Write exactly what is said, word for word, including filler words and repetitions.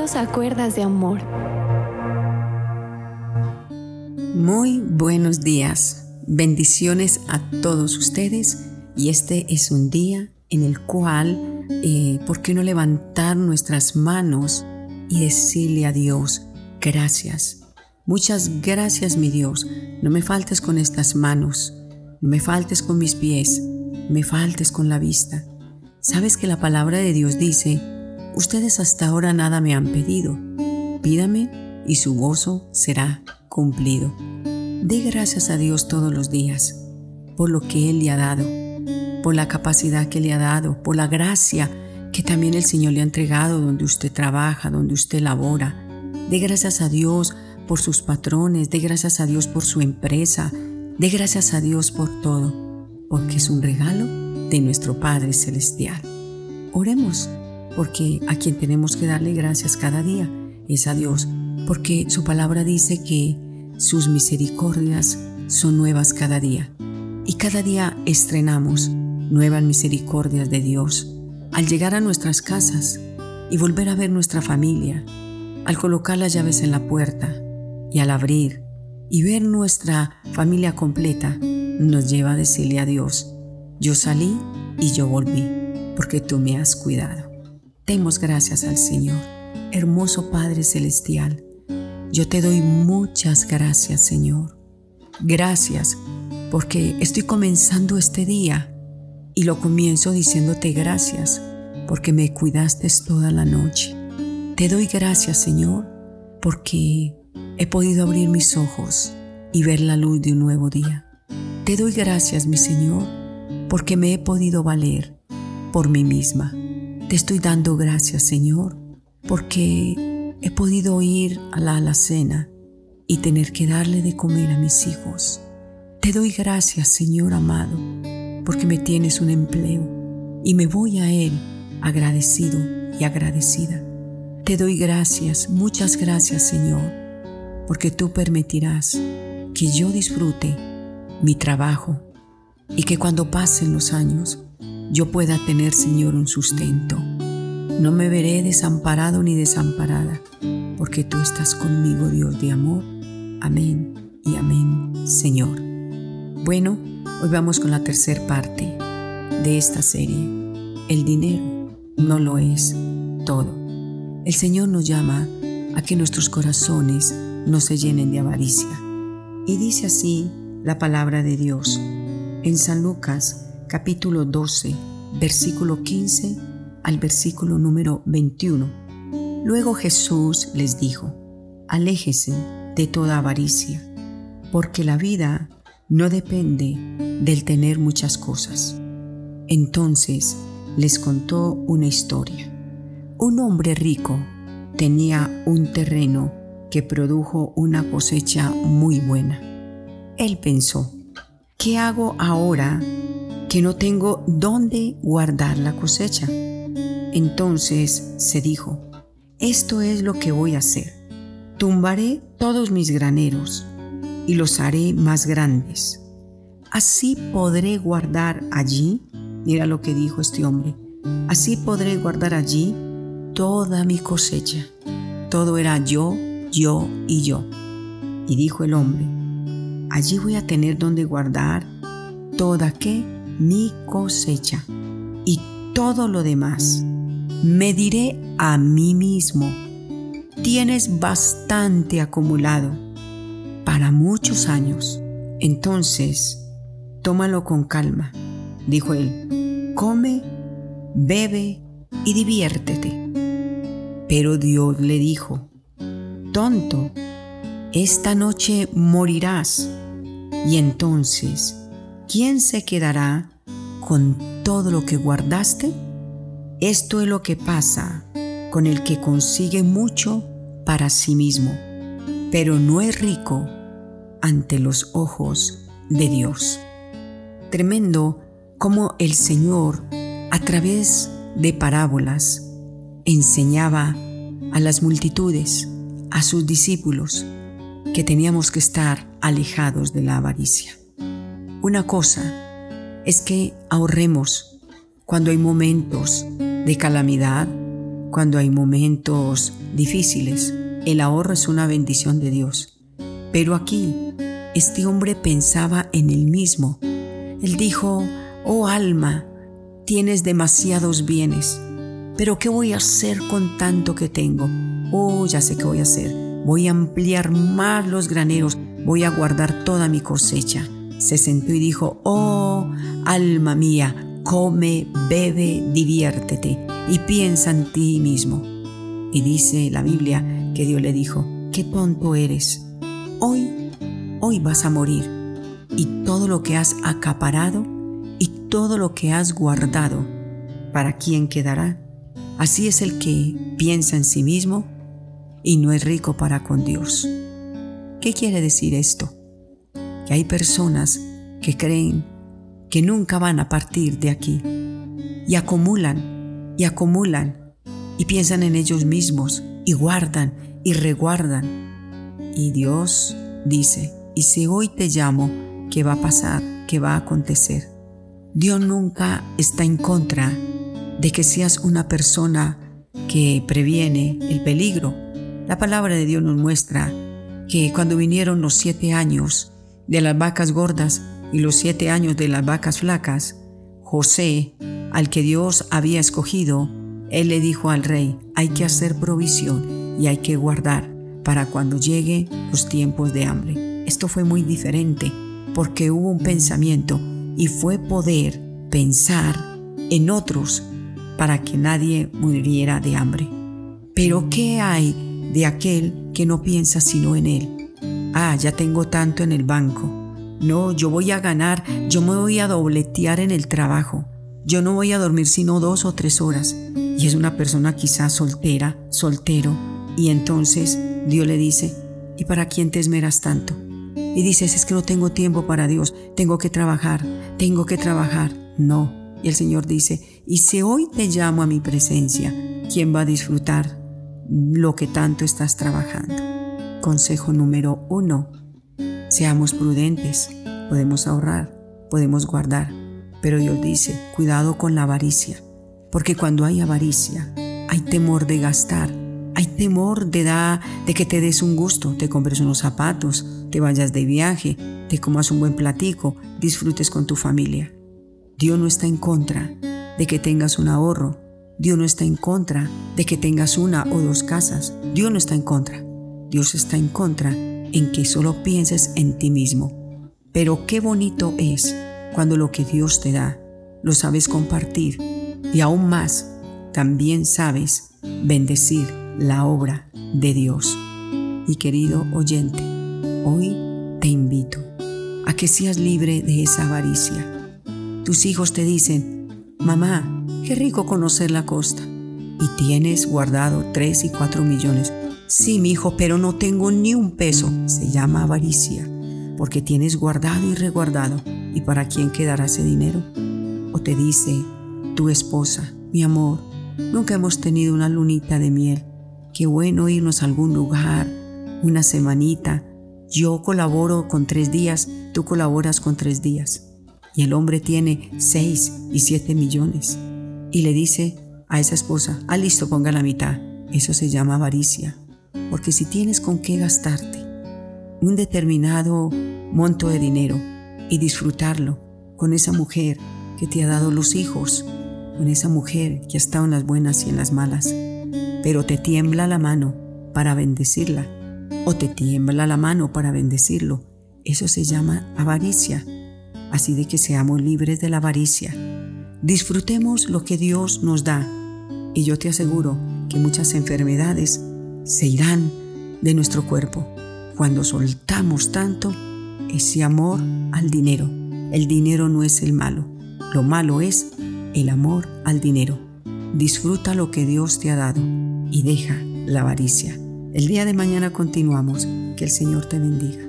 Dios a cuerdas de amor. Muy buenos días, bendiciones a todos ustedes, y este es un día en el cual, eh, ¿por qué no levantar nuestras manos y decirle a Dios gracias? Muchas gracias, mi Dios. No me faltes con estas manos, no me faltes con mis pies, no me faltes con la vista. Sabes que la palabra de Dios dice: ustedes hasta ahora nada me han pedido, pídame y su gozo será cumplido. Dé gracias a Dios todos los días por lo que Él le ha dado, por la capacidad que le ha dado, por la gracia que también el Señor le ha entregado donde usted trabaja, donde usted labora. Dé gracias a Dios por sus patrones, dé gracias a Dios por su empresa, dé gracias a Dios por todo, porque es un regalo de nuestro Padre Celestial. Oremos, porque a quien tenemos que darle gracias cada día es a Dios, porque su palabra dice que sus misericordias son nuevas cada día, y cada día estrenamos nuevas misericordias de Dios. Al llegar a nuestras casas y volver a ver nuestra familia, al colocar las llaves en la puerta y al abrir y ver nuestra familia completa, nos lleva a decirle a Dios: yo salí y yo volví, porque tú me has cuidado. Demos gracias al Señor. Hermoso Padre Celestial, yo te doy muchas gracias, Señor. Gracias porque estoy comenzando este día y lo comienzo diciéndote gracias porque me cuidaste toda la noche. Te doy gracias, Señor, porque he podido abrir mis ojos y ver la luz de un nuevo día. Te doy gracias, mi Señor, porque me he podido valer por mí misma. Te estoy dando gracias, Señor, porque he podido ir a la alacena y tener que darle de comer a mis hijos. Te doy gracias, Señor amado, porque me tienes un empleo y me voy a Él agradecido y agradecida. Te doy gracias, muchas gracias, Señor, porque tú permitirás que yo disfrute mi trabajo y que cuando pasen los años yo pueda tener, Señor, un sustento. No me veré desamparado ni desamparada, porque tú estás conmigo, Dios de amor. Amén y amén, Señor. Bueno, hoy vamos con la tercera parte de esta serie. El dinero no lo es todo. El Señor nos llama a que nuestros corazones no se llenen de avaricia. Y dice así la palabra de Dios en San Lucas capítulo doce, versículo quince al versículo número veintiuno. Luego Jesús les dijo: aléjese de toda avaricia, porque la vida no depende del tener muchas cosas. Entonces les contó una historia. Un hombre rico tenía un terreno que produjo una cosecha muy buena. Él pensó: ¿qué hago ahora que no tengo dónde guardar la cosecha? Entonces se dijo: esto es lo que voy a hacer. Tumbaré todos mis graneros y los haré más grandes. Así podré guardar allí, mira lo que dijo este hombre, así podré guardar allí toda mi cosecha. Todo era yo, yo y yo. Y dijo el hombre: allí voy a tener donde guardar toda ¿qué? Mi cosecha y todo lo demás. Me diré a mí mismo: tienes bastante acumulado para muchos años. Entonces, tómalo con calma, dijo él. Come, bebe y diviértete. Pero Dios le dijo: tonto, esta noche morirás. Y entonces, ¿quién se quedará con todo lo que guardaste? Esto es lo que pasa con el que consigue mucho para sí mismo, pero no es rico ante los ojos de Dios. Tremendo cómo el Señor, a través de parábolas, enseñaba a las multitudes, a sus discípulos, que teníamos que estar alejados de la avaricia. Una cosa es que ahorremos cuando hay momentos de calamidad, cuando hay momentos difíciles. El ahorro es una bendición de Dios. Pero aquí, este hombre pensaba en él mismo. Él dijo: oh alma, tienes demasiados bienes, pero ¿qué voy a hacer con tanto que tengo? Oh, ya sé qué voy a hacer. Voy a ampliar más los graneros, voy a guardar toda mi cosecha. Se sentó y dijo: oh, alma mía, come, bebe, diviértete y piensa en ti mismo. Y dice la Biblia que Dios le dijo: qué tonto eres. Hoy, hoy vas a morir, y todo lo que has acaparado y todo lo que has guardado, ¿para quién quedará? Así es el que piensa en sí mismo y no es rico para con Dios. ¿Qué quiere decir esto? Que hay personas que creen que nunca van a partir de aquí y acumulan y acumulan y piensan en ellos mismos y guardan y reguardan. Y Dios dice: y si hoy te llamo, ¿qué va a pasar? ¿Qué va a acontecer? Dios nunca está en contra de que seas una persona que previene el peligro. La palabra de Dios nos muestra que cuando vinieron los siete años de las vacas gordas y los siete años de las vacas flacas, José, al que Dios había escogido, él le dijo al rey: hay que hacer provisión y hay que guardar para cuando lleguen los tiempos de hambre. Esto fue muy diferente porque hubo un pensamiento y fue poder pensar en otros para que nadie muriera de hambre. Pero ¿qué hay de aquel que no piensa sino en él? Ah, ya tengo tanto en el banco. No, yo voy a ganar, yo me voy a dobletear en el trabajo. Yo no voy a dormir sino dos o tres horas. Y es una persona quizás soltera, soltero. Y entonces Dios le dice: ¿y para quién te esmeras tanto? Y dices: es que no tengo tiempo para Dios, tengo que trabajar, tengo que trabajar. No. Y el Señor dice: y si hoy te llamo a mi presencia, ¿quién va a disfrutar lo que tanto estás trabajando? Consejo número uno: seamos prudentes. Podemos ahorrar, podemos guardar, pero Dios dice: cuidado con la avaricia, porque cuando hay avaricia, hay temor de gastar, hay temor de, da, de que te des un gusto, te compres unos zapatos, te vayas de viaje, te comas un buen platico, disfrutes con tu familia. Dios no está en contra de que tengas un ahorro. Dios no está en contra de que tengas una o dos casas. Dios no está en contra. Dios está en contra en que solo pienses en ti mismo. Pero qué bonito es cuando lo que Dios te da lo sabes compartir, y aún más también sabes bendecir la obra de Dios. Y querido oyente, hoy te invito a que seas libre de esa avaricia. Tus hijos te dicen: mamá, qué rico conocer la costa. Y tienes guardado tres y cuatro millones. Sí, mi hijo, pero no tengo ni un peso. Se llama avaricia, porque tienes guardado y reguardado. ¿Y para quién quedará ese dinero? O te dice tu esposa: mi amor, nunca hemos tenido una lunita de miel. Qué bueno irnos a algún lugar, una semanita. Yo colaboro con tres días, tú colaboras con tres días. Y el hombre tiene seis y siete millones. Y le dice a esa esposa: ah, listo, ponga la mitad. Eso se llama avaricia. Porque si tienes con qué gastarte un determinado monto de dinero y disfrutarlo con esa mujer que te ha dado los hijos, con esa mujer que ha estado en las buenas y en las malas, pero te tiembla la mano para bendecirla, o te tiembla la mano para bendecirlo, eso se llama avaricia. Así de que seamos libres de la avaricia. Disfrutemos lo que Dios nos da, y yo te aseguro que muchas enfermedades se irán de nuestro cuerpo cuando soltamos tanto ese amor al dinero. El dinero no es el malo, lo malo es el amor al dinero. Disfruta lo que Dios te ha dado y deja la avaricia. El día de mañana continuamos. Que el Señor te bendiga.